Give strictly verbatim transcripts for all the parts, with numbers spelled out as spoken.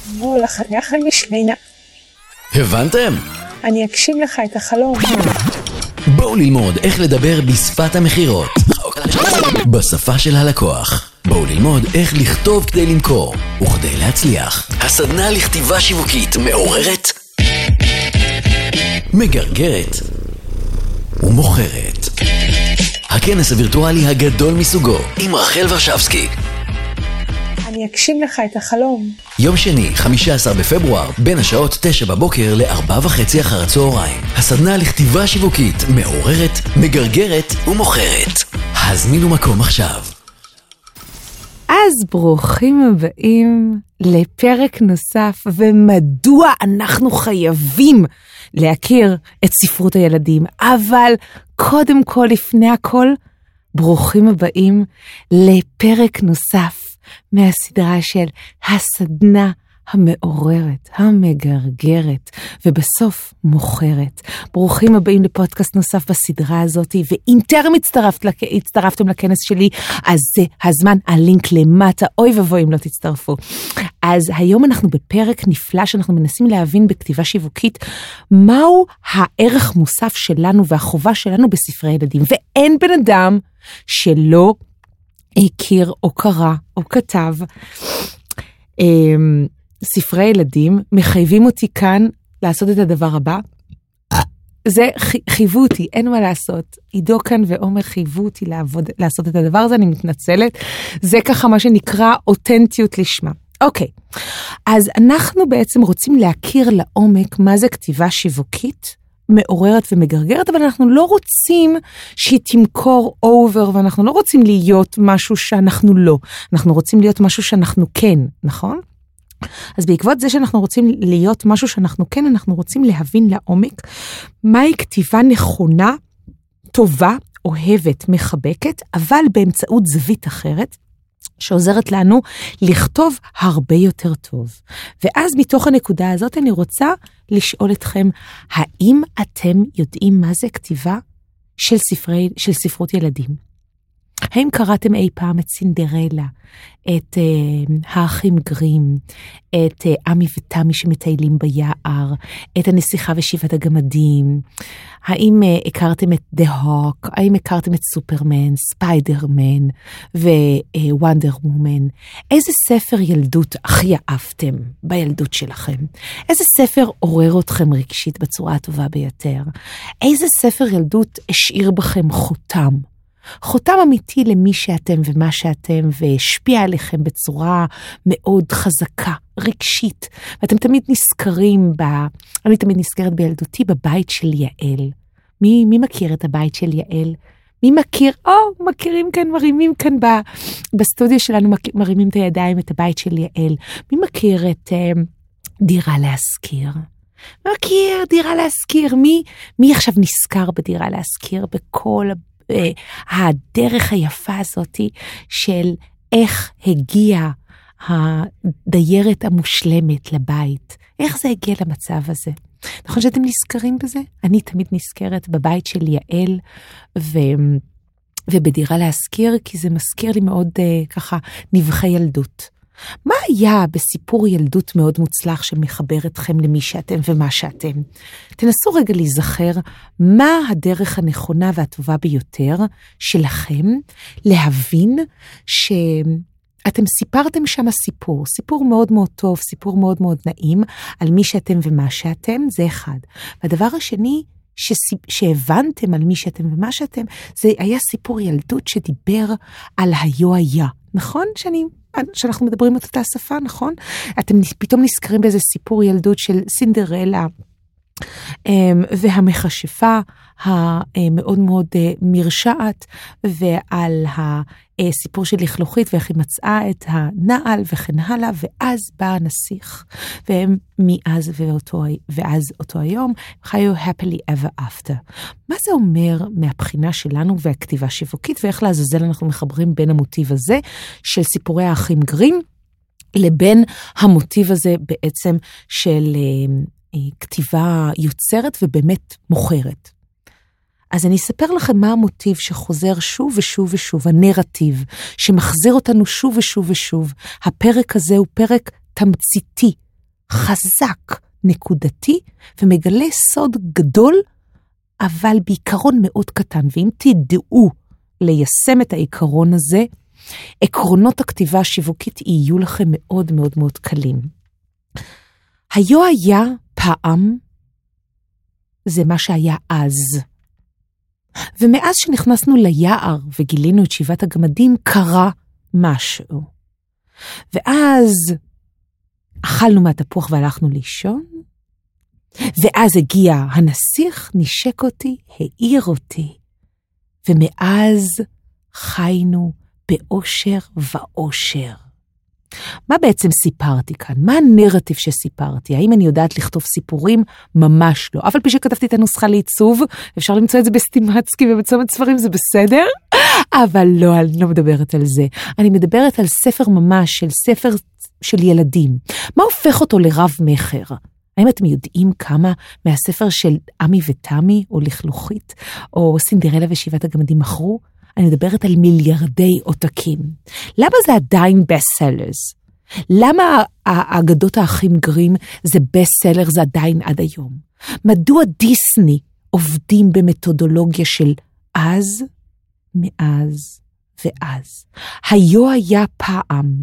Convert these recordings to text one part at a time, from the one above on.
בוא לחנך למשמינה. הבנתם? אני אקשיב לך את החלום. בואו ללמוד איך לדבר בשפת המחירות. בשפה של הלקוח. בואו ללמוד איך לכתוב כדי למכור וכדי להצליח. הסדנה לכתיבה שיווקית מעוררת, מגרגרת ומוכרת. הכנס הווירטואלי הגדול מסוגו עם רחל ורשבסקי. אני אקשיב לך את החלום. יום שני, חמישה עשר בפברואר, בין השעות תשע בבוקר לארבע וחצי אחר הצהריים. הסדנה לכתיבה שיווקית מעוררת, מגרגרת ומוכרת. הזמינו מקום עכשיו. אז ברוכים הבאים לפרק נוסף, ומדוע אנחנו חייבים להכיר את ספרות הילדים. אבל קודם כל, לפני הכל, ברוכים הבאים לפרק נוסף מהסדרה של הסדנה המעוררת, המגרגרת, ובסוף מוכרת. ברוכים הבאים לפודקאסט נוסף בסדרה הזאת, ואם טרם הצטרפת, הצטרפתם לכנס שלי, אז זה הזמן, הלינק למטה, אוי ובוי אם לא תצטרפו. אז היום אנחנו בפרק נפלא שאנחנו מנסים להבין בכתיבה שיווקית, מהו הערך מוסף שלנו והחובה שלנו בספרי ילדים, ואין בן אדם שלא הכיר או קרא או כתב ספרי ילדים. מחייבים אותי כאן לעשות את הדבר הבא. זה חייבו אותי, אין מה לעשות. עידו כאן ועומר חייבו אותי לעבוד, לעשות את הדבר הזה, אני מתנצלת. זה ככה מה שנקרא אותנטיות לשמה. אוקיי, אז אנחנו בעצם רוצים להכיר לעומק מה זה כתיבה שיווקית מעוררת ומגרגרת, אבל אנחנו לא רוצים שהיא תמכור אובר, ואנחנו לא רוצים להיות משהו שאנחנו לא. אנחנו רוצים להיות משהו שאנחנו כן, נכון? אז בעקבות זה שאנחנו רוצים להיות משהו שאנחנו כן, אנחנו רוצים להבין לעומק מהי כתיבה נכונה, טובה, אוהבת, מחבקת, אבל באמצעות זווית אחרת, שעוזרת לנו לכתוב הרבה יותר טוב. ואז מתוך הנקודה הזאת אני רוצה לשאול אתכם, האם אתם יודעים מה זה כתיבה של ספרי, של ספרות ילדים? האם קראתם אי פעם את סינדרלה, את uh, האחים גרים, את uh, אמי ותמי שמטיילים ביער, את הנסיכה ושבעת הגמדים? האם uh, הכרתם את דה הוק? האם הכרתם את סופרמן, ספיידרמן ווונדר וומן? איזה ספר ילדות הכי אהבתם בילדות שלכם? איזה ספר עורר אתכם רגשית בצורה הטובה ביותר? איזה ספר ילדות השאיר בכם חותם? חותם אמיתי למי שאתם ומה שאתם, והשפיע עליכם בצורה מאוד חזקה, רגשית. ואתם תמיד נזכרים, ב... אני תמיד נזכרת בילדותי בבית של יעל. מי, מי מכיר את הבית של יעל? מי מכיר? או, מכירים כאן, מרימים כאן ב... בסטודיו שלנו, מרימים את הידיים, את הבית של יעל. מי מכיר את uh, דירה להשכיר? מכיר דירה להשכיר? מי, מי עכשיו נזכר בדירה להשכיר בכל הבית? הדרך היפה הזאת של איך הגיעה הדיירת המושלמת לבית, איך זה הגיע למצב הזה. נכון שאתם נזכרים בזה? אני תמיד נזכרת בבית של יעל ו... ובדירה להשכיר, כי זה מזכיר לי מאוד uh, ככה נבחי ילדות. מה היה בסיפור ילדות מאוד מוצלח שמחבר אתכם למי שאתם ומה שאתם? תנסו רגע להיזכר מה הדרך הנכונה והטובה ביותר שלכם להבין שאתם סיפרתם שם סיפור, סיפור מאוד מאוד טוב, סיפור מאוד מאוד נעים על מי שאתם ומה שאתם, זה אחד. והדבר השני שהבנתם על מי שאתם ומה שאתם, זה היה סיפור ילדות שדיבר על היו היה. נכון? שאני, שאנחנו מדברים את אותה שפה, נכון? אתם פתאום נזכרים באיזה סיפור ילדות של סינדרלה, והמכשפה המאוד מאוד מרשעת, ועל הסיפור של לכלוכית, ואיך היא מצאה את הנעל וכן הלאה, ואז בא הנסיך, והם מאז ואותו, ואז אותו היום, חיו happily ever after. מה זה אומר מהבחינה שלנו והכתיבה שיווקית, ואיך לעזאזל אנחנו מחברים בין המוטיב הזה של סיפורי האחים גרים, לבין המוטיב הזה בעצם של כתיבה יוצרת ובאמת מוכרת. אז אני אספר לכם מה המוטיב שחוזר שוב ושוב ושוב, הנרטיב שמחזיר אותנו שוב ושוב ושוב. הפרק הזה הוא פרק תמציתי חזק, נקודתי, ומגלה סוד גדול, אבל בעיקרון מאוד קטן. ואם תדעו ליישם את העיקרון הזה, עקרונות הכתיבה השיווקית יהיו לכם מאוד מאוד מאוד קלים. היו היה פעם, זה מה שהיה אז. ומאז שנכנסנו ליער וגילינו את שבעת הגמדים, קרה משהו. ואז אכלנו מהתפוח והלכנו לישון, ואז הגיע הנסיך, נשק אותי, העיר אותי, ומאז חיינו באושר ואושר. מה בעצם סיפרתי כאן? מה הנרטיב שסיפרתי? האם אני יודעת לכתוב סיפורים? ממש לא. אבל פי שכתבתי את הנוסחה לעיצוב, אפשר למצוא את זה בסטימצקי ובצומת ספרים, זה בסדר? אבל לא, אני לא מדברת על זה. אני מדברת על ספר ממש, של ספר של ילדים. מה הופך אותו לרב מחר? האם אתם יודעים כמה מהספר של אמי ותמי, או לכלוכית, או סינדרלה ושבעת הגמדים מכרו? אני מדברת על מיליארדי עותקים. למה זה עדיין בסט-סלרס? למה האגדות האחים גרים זה בסט-סלר, זה עדיין עד היום? מדוע דיסני עובדים במתודולוגיה של אז, מאז ואז? היו היה פעם,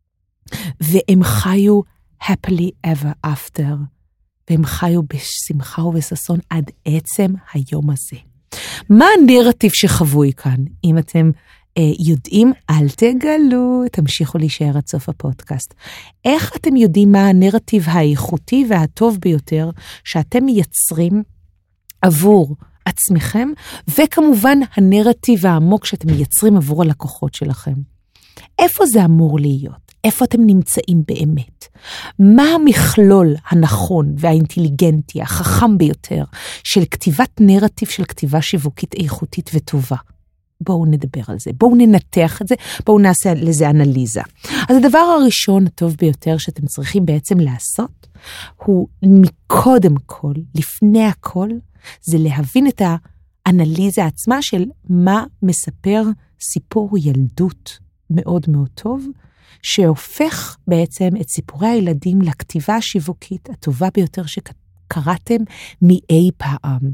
והם חיו happily ever after, והם חיו בשמחה ובששון עד עצם היום הזה. מה הנרטיב שחבוי כאן? אם אתם אה, יודעים, אל תגלו, תמשיכו להישאר עד סוף הפודקאסט. איך אתם יודעים מה הנרטיב האיכותי והטוב ביותר שאתם מייצרים עבור עצמכם, וכמובן הנרטיב העמוק שאתם מייצרים עבור הלקוחות שלכם? איפה זה אמור להיות? איפה אתם נמצאים באמת? מה המכלול הנכון והאינטליגנטי, החכם ביותר, של כתיבת נרטיב, של כתיבה שיווקית איכותית וטובה? בואו נדבר על זה, בואו ננתח את זה, בואו נעשה לזה אנליזה. אז הדבר הראשון הטוב ביותר שאתם צריכים בעצם לעשות, הוא מקודם כל, לפני הכל, זה להבין את האנליזה עצמה של מה מספר סיפור ילדות מאוד מאוד טוב, שהופך בעצם את סיפורי הילדים לכתיבה השיווקית הטובה ביותר שקראתם מאי פעם.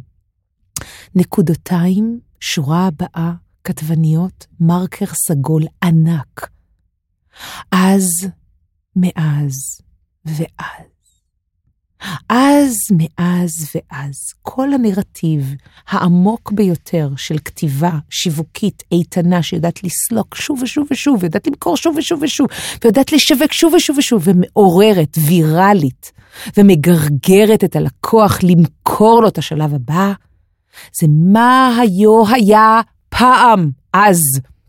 נקודותיים, שורה הבאה, כתבניות, מרקר סגול ענק. אז, מאז ואז. אז, מאז ואז. כל הנרטיב העמוק ביותר של כתיבה שיווקית איתנה, שיודעת לסלוק שוב ושוב ושוב, ויודעת למכור שוב ושוב ושוב, ויודעת לשווק שוב ושוב ושוב, ומעוררת, ויראלית, ומגרגרת את הלקוח למכור לו את השלב הבא, זה מה היו היה פעם, אז.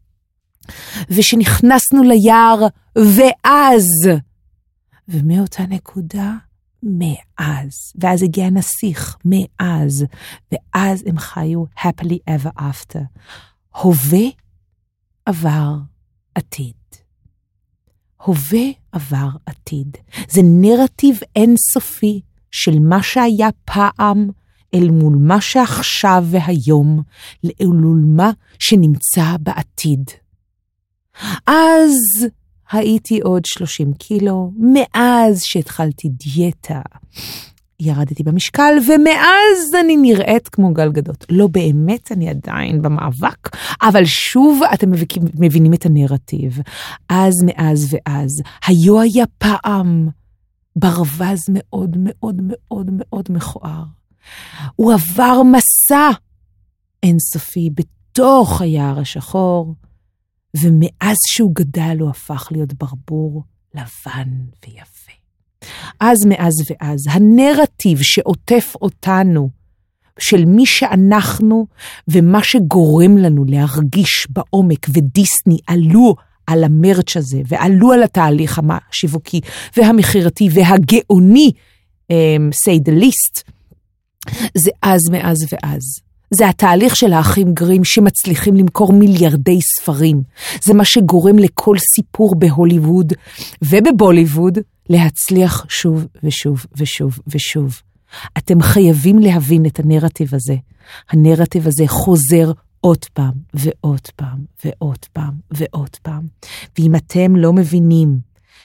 ושנכנסנו ליער, ואז. ומאותה נקודה, מאז. ואז הגיע הנסיך, מאז. ואז הם חיו happily ever after. הווה, עבר, עתיד. הווה, עבר, עתיד. זה נרטיב אינסופי של מה שהיה פעם, אל מול מה שעכשיו והיום, אל מול מה שנמצא בעתיד. אז הייתי עוד שלושים קילו, מאז שהתחלתי דיאטה, ירדתי במשקל, ומאז אני נראית כמו גלגדות. לא באמת, אני עדיין במאבק, אבל שוב אתם מבינים את הנרטיב. אז, מאז ואז, היו היה פעם, ברווז מאוד מאוד מאוד מאוד מכוער. הוא עבר מסע אינסופי בתוך היער השחור, ומאז שהוא גדל הוא הפך להיות ברבור לבן ויפה. אז מאז ואז, הנרטיב שעוטף אותנו, של מי שאנחנו ומה שגורם לנו להרגיש בעומק, ודיסני עלו על המרץ' הזה, ועלו על התהליך השיווקי והמחירתי והגאוני, um, say the least, זה אז מאז ואז. זה התהליך של האחים גרים שמצליחים למכור מיליארדי ספרים. זה מה שגורם לכל סיפור בהוליווד ובבוליווד להצליח שוב ושוב ושוב ושוב. אתם חייבים להבין את הנרטיב הזה. הנרטיב הזה חוזר עוד פעם ועוד פעם ועוד פעם ועוד פעם. ואם אתם לא מבינים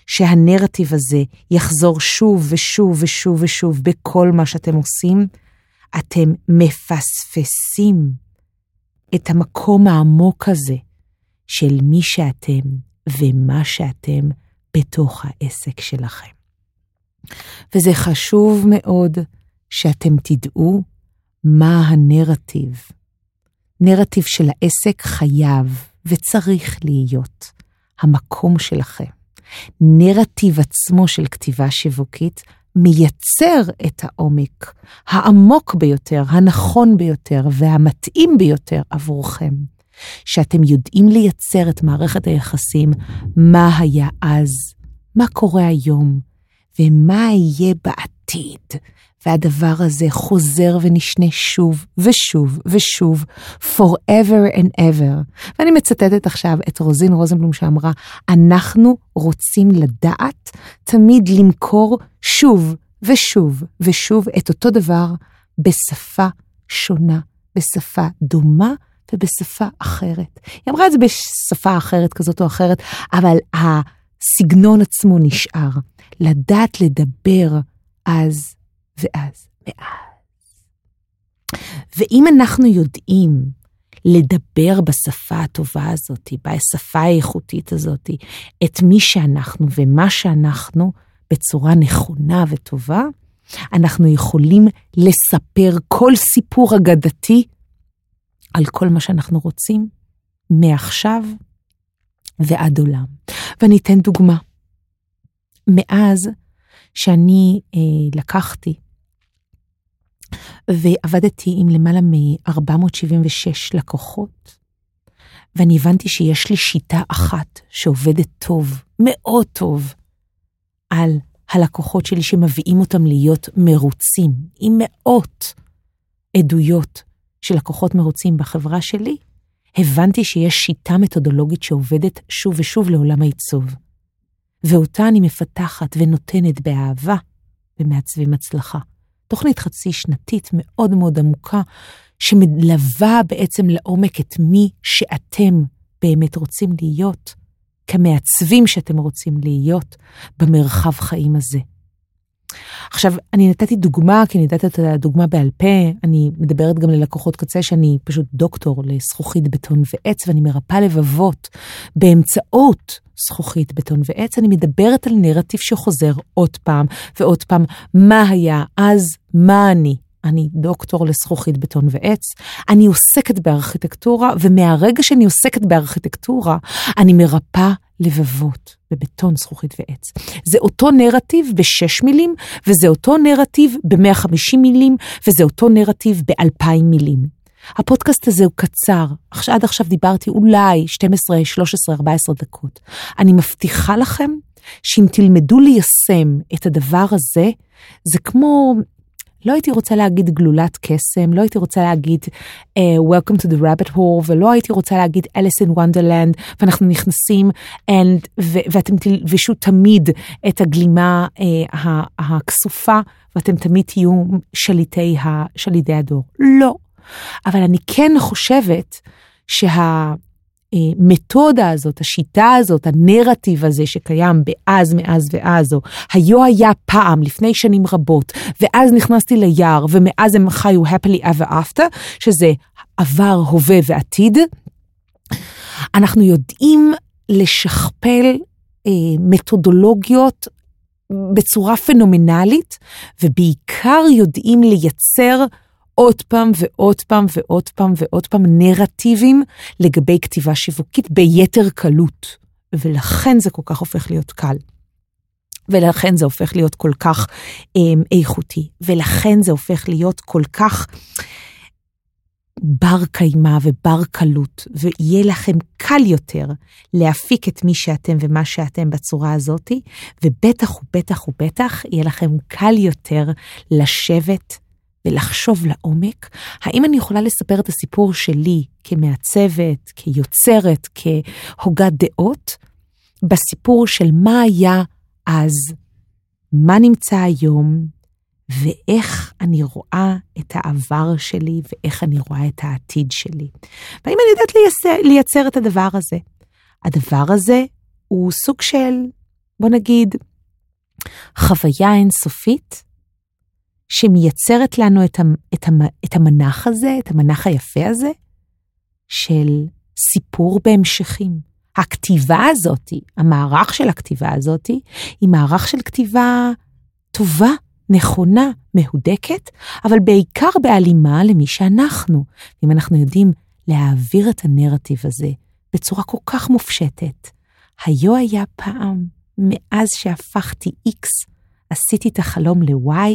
שהנרטיב הזה יחזור שוב ושוב ושוב ושוב בכל מה שאתם עושים, אתם מפספסים את המקום העמוק הזה של מי שאתם ומה שאתם בתוך העסק שלכם. וזה חשוב מאוד שאתם תדעו מה הנרטיב. נרטיב של העסק חייב וצריך להיות המקום שלכם. נרטיב עצמו של כתיבה שיווקית מייצר את העומק העמוק ביותר, הנכון ביותר והמתאים ביותר עבורכם. שאתם יודעים לייצר את מערכת היחסים, מה היה אז, מה קורה היום, ומה יהיה בעתיד. והדבר הזה חוזר ונשנה שוב ושוב ושוב, forever and ever. ואני מצטטת עכשיו את רוזין רוזנבלום שאמרה, אנחנו רוצים לדעת תמיד למכור שוב ושוב ושוב את אותו דבר בשפה שונה, בשפה דומה ובשפה אחרת. היא אמרה את זה בשפה אחרת כזאת או אחרת, אבל הסגנון עצמו נשאר. לדעת לדבר אז ואז ואז. ואם אנחנו יודעים לדבר בשפה הטובה הזאת, בשפה האיכותית הזאת, את מי שאנחנו ומה שאנחנו בצורה נכונה וטובה, אנחנו יכולים לספר כל סיפור אגדתי על כל מה שאנחנו רוצים, מעכשיו ועד עולם. ואני אתן דוגמה. מאז שאני אה, לקחתי ועבדתי עם למעלה מ-ארבע מאות שבעים ושש לקוחות, ואני הבנתי שיש לי שיטה אחת שעובדת טוב, מאוד טוב, על הלקוחות שלי שמביאים אותם להיות מרוצים, עם מאות עדויות של לקוחות מרוצים בחברה שלי, הבנתי שיש שיטה מתודולוגית שעובדת שוב ושוב לעולם העיצוב. ואותה אני מפתחת ונותנת באהבה ומעצבים הצלחה. תוכנית חצי שנתית מאוד מאוד עמוקה, שמלווה בעצם לעומק את מי שאתם באמת רוצים להיות, כמעצבים שאתם רוצים להיות במרחב חיים הזה. עכשיו, אני נתתי דוגמה, כי אני נתתי את הדוגמה בעל פה, אני מדברת גם ללקוחות קצה, שאני פשוט דוקטור לזכוכית בטון ועץ, ואני מרפא לבבות באמצעות זכוכית בטון ועץ, אני מדברת על נרטיב שחוזר עוד פעם ועוד פעם, מה היה אז, מה אני. אני דוקטור לזכוכית בטון ועץ, אני עוסקת בארכיטקטורה, ומהרגע שאני עוסקת בארכיטקטורה, אני מרפא לבבות בבטון, זכוכית ועץ. זה אותו נרטיב בשש מילים, וזה אותו נרטיב ב-מאה וחמישים מילים, וזה אותו נרטיב ב-אלפיים מילים. הפודקאסט הזה הוא קצר, עד עכשיו דיברתי אולי שתים עשרה, שלוש עשרה, ארבע עשרה דקות. אני מבטיחה לכם שאם תלמדו ליישם את הדבר הזה, זה כמו, לא הייתי רוצה להגיד גלולת קסם, לא הייתי רוצה להגיד uh, Welcome to the rabbit hole, ולא הייתי רוצה להגיד Alice in Wonderland, ואנחנו נכנסים and, ו- ואתם תלבשו תמיד את הגלימה uh, הכסופה, ואתם תמיד תהיו שליטי, ה- שליטי הדור. לא. אבל אני כן חושבת שהמתודה הזאת, השיטה הזאת, הנרטיב הזה שקיים באז, מאז ואז, או היו היה פעם, לפני שנים רבות, ואז נכנסתי ליער, ומאז הם חיו happily ever after, שזה עבר, הווה ועתיד, אנחנו יודעים לשכפל אה, מתודולוגיות בצורה פנומנלית, ובעיקר יודעים לייצר עוד פעם ועוד פעם ועוד פעם ועוד פעם נרטיבים לגבי כתיבה שיווקית ביתר קלות. ולכן זה כל כך הופך להיות קל. ולכן זה הופך להיות כל כך אה, איכותי. ולכן זה הופך להיות כל כך בר קיימה ובר קלות. ויהיה לכם קל יותר להפיק את מי שאתם ומה שאתם בצורה הזאת. ובטח ובטח ובטח יהיה לכם קל יותר לשבת ולחשוב לעומק, האם אני יכולה לספר את הסיפור שלי כמעצבת, כיוצרת, כהוגת דעות, בסיפור של מה היה אז, מה נמצא היום, ואיך אני רואה את העבר שלי, ואיך אני רואה את העתיד שלי. והאם אני יודעת לייצר, לייצר את הדבר הזה? הדבר הזה הוא סוג של בוא נגיד, חוויה אינסופית, שמייצרת לנו את, את, את המנח הזה, את המנח היפה הזה, של סיפור בהמשכים. הכתיבה הזאת, המערך של הכתיבה הזאת, היא מערך של כתיבה טובה, נכונה, מהודקת, אבל בעיקר בהלימה למי שאנחנו. אם אנחנו יודעים להעביר את הנרטיב הזה בצורה כל כך מופשטת, היו היה פעם, מאז שהפכתי X, עשיתי את החלום ל-Y,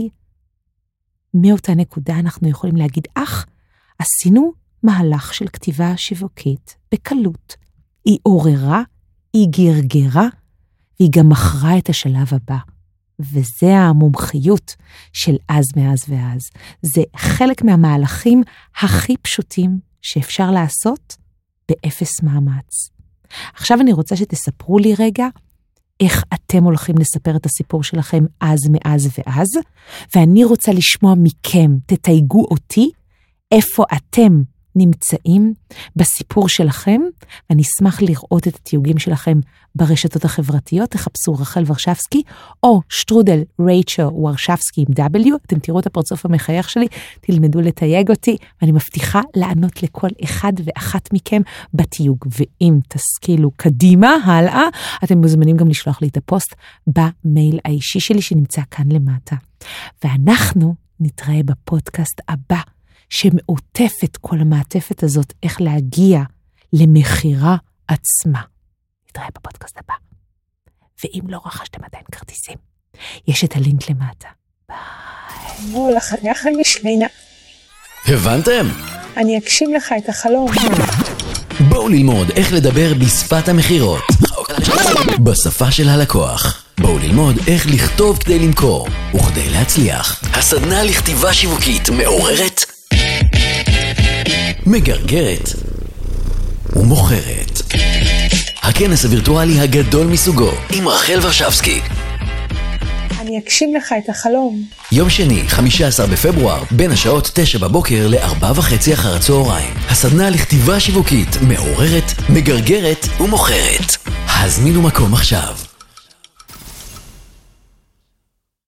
מאותה נקודה אנחנו יכולים להגיד, אך, עשינו מהלך של כתיבה שיווקית בקלות. היא עוררה, היא גרגרה, והיא גם מכרה את השלב הבא. וזה המומחיות של אז מאז ואז. זה חלק מהמהלכים הכי פשוטים שאפשר לעשות באפס מאמץ. עכשיו אני רוצה שתספרו לי רגע איך אתם הולכים לספר את הסיפור שלכם אז מאז ואז, ואני רוצה לשמוע מכם, תתייגו אותי, איפה אתם נמצאים בסיפור שלכם, ואני אשמח לראות את התיוגים שלכם ברשתות החברתיות, תחפשו רחל ורשבסקי, או שטרודל רייצ'ל ורשבסקי עם W, אתם תראו את הפרצוף המחייך שלי, תלמדו לתייג אותי, ואני מבטיחה לענות לכל אחד ואחת מכם בתיוג, ואם תשכילו קדימה, הלאה, אתם מוזמנים גם לשלוח לי את הפוסט במייל האישי שלי שנמצא כאן למטה. ואנחנו נתראה בפודקאסט הבא, שמעוטף את כל המעטפת הזאת, איך להגיע למחירה עצמה. נתראה בפודקאסט הבא. ואם לא רכשתם עדיין כרטיסים, יש את הלינק למטה. ביי. בואו לחנך למשלינה. הבנתם? אני אגשים לך את החלום. בואו ללמוד איך לדבר בשפת המחירות. בשפה של הלקוח. בואו ללמוד איך לכתוב כדי למכור וכדי להצליח. הסדנה לכתיבה שיווקית מעוררת, מגרגרת ומוכרת. הכנס הווירטואלי הגדול מסוגו עם רחל ורשבסקי. אני אגשים לך את החלום. יום שני, חמישה עשר בפברואר, בין השעות תשע בבוקר לארבע וחצי אחר הצהריים. הסדנה לכתיבה שיווקית מעוררת, מגרגרת ומוכרת. הזמינו מקום עכשיו.